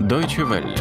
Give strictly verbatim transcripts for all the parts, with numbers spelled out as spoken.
Deutsche Welle.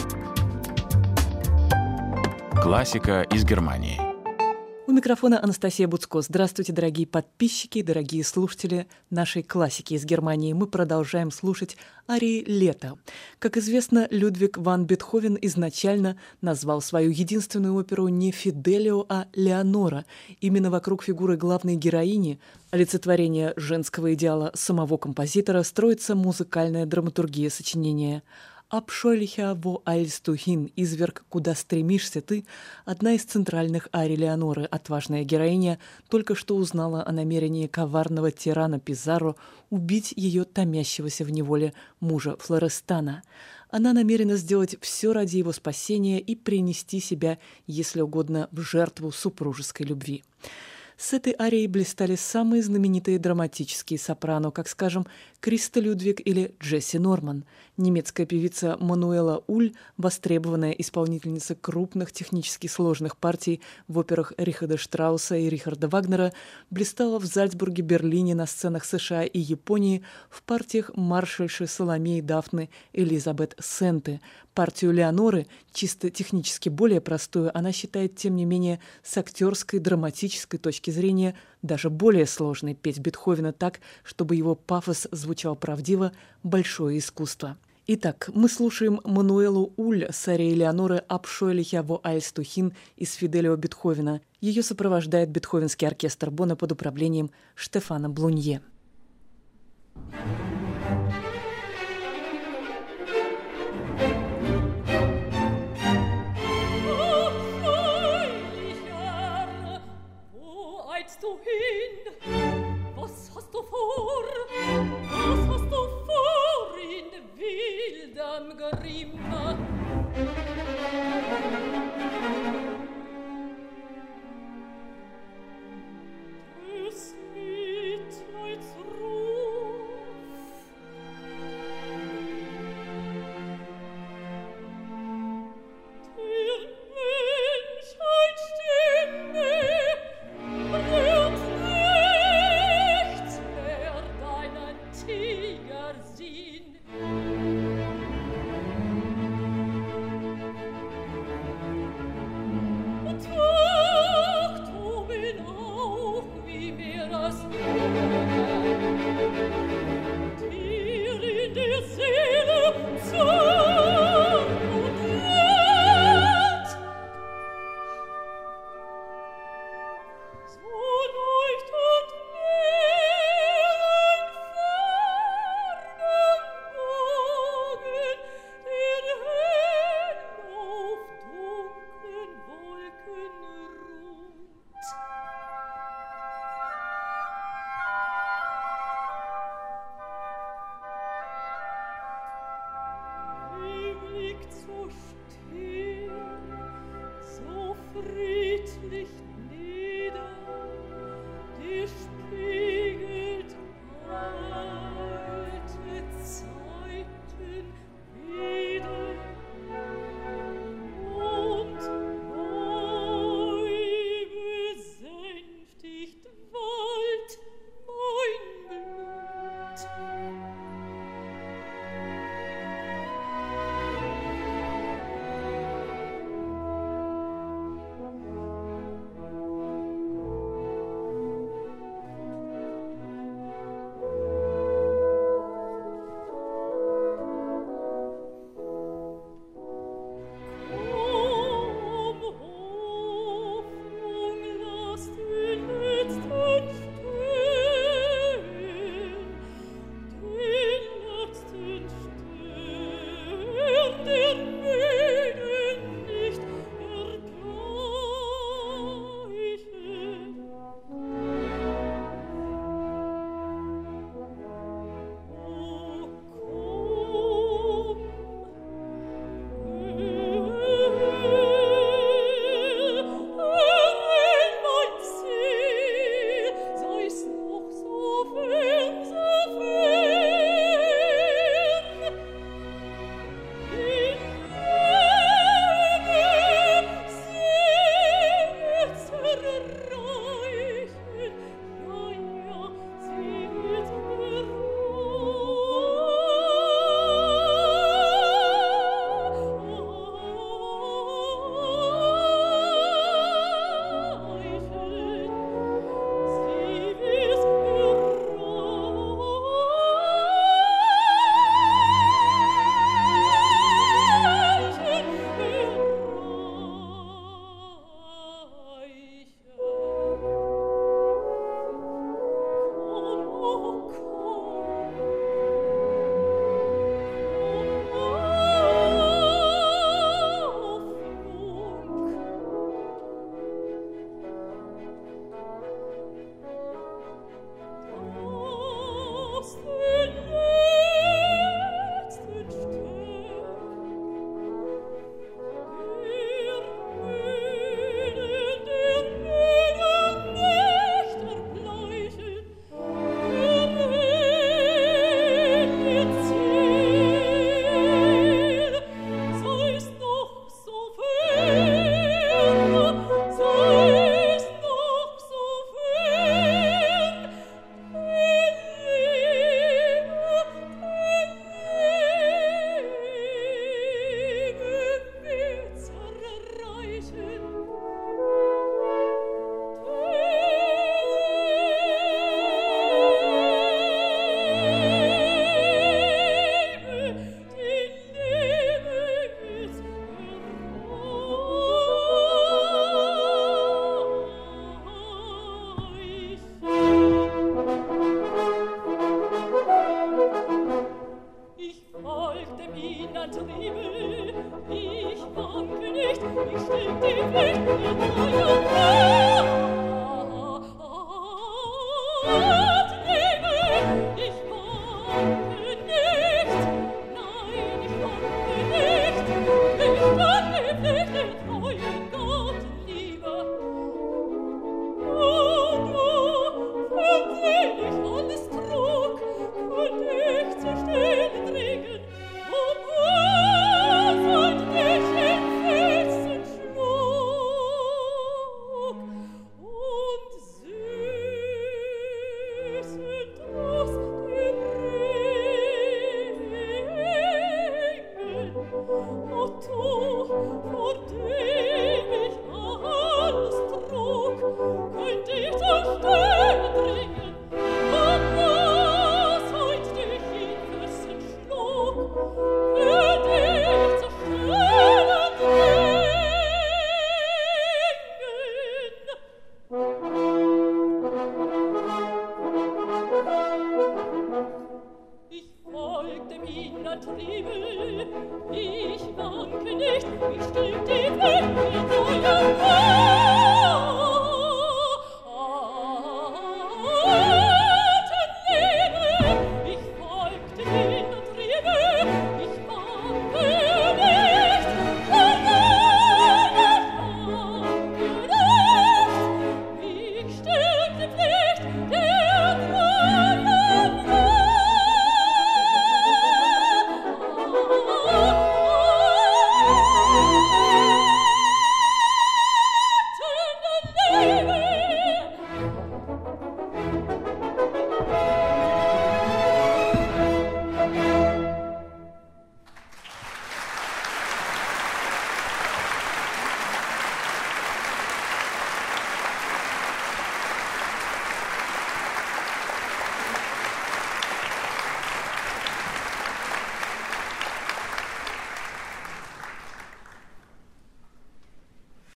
Классика из Германии. У микрофона Анастасия Буцко. Здравствуйте, дорогие подписчики, дорогие слушатели нашей классики из Германии. Мы продолжаем слушать арии «Лето». Как известно, Людвиг ван Бетховен изначально назвал свою единственную оперу не «Фиделио», а «Леонора». Именно вокруг фигуры главной героини, олицетворения женского идеала самого композитора, строится музыкальная драматургия сочинения. «Abscheulicher, wo eilst du hin?» «Изверг, куда стремишься ты?» Одна из центральных арий Леоноры. Отважная героиня только что узнала о намерении коварного тирана Пизарро убить ее томящегося в неволе мужа Флорестана. Она намерена сделать все ради его спасения и принести себя, если угодно, в жертву супружеской любви. С этой арией блистали самые знаменитые драматические сопрано, как, скажем, Криста Людвиг или Джесси Норман. Немецкая певица Мануэла Уль, востребованная исполнительница крупных технически сложных партий в операх Рихарда Штрауса и Рихарда Вагнера, блистала в Зальцбурге, Берлине, на сценах США и Японии в партиях маршальши Соломеи Дафны Элизабет Сенты. Партию Леоноры, чисто технически более простую, она считает, тем не менее, с актерской, драматической точки зрения даже более сложной. Петь Бетховена так, чтобы его пафос звучал правдиво, большое искусство. Итак, мы слушаем Мануэлу Уль с арией Леоноры «Abscheulicher, wo eilst du hin» из Фиделио Бетховена. Ее сопровождает бетховенский оркестр Бонна под управлением Штефана Блунье. Du hin? Was hast du vor? Was hast du vor in wildem Grimme? Des Mitleids Ruf. Der Menschheit Stimme. Ich wanke nicht, ich stieg die Welt in neue Welt.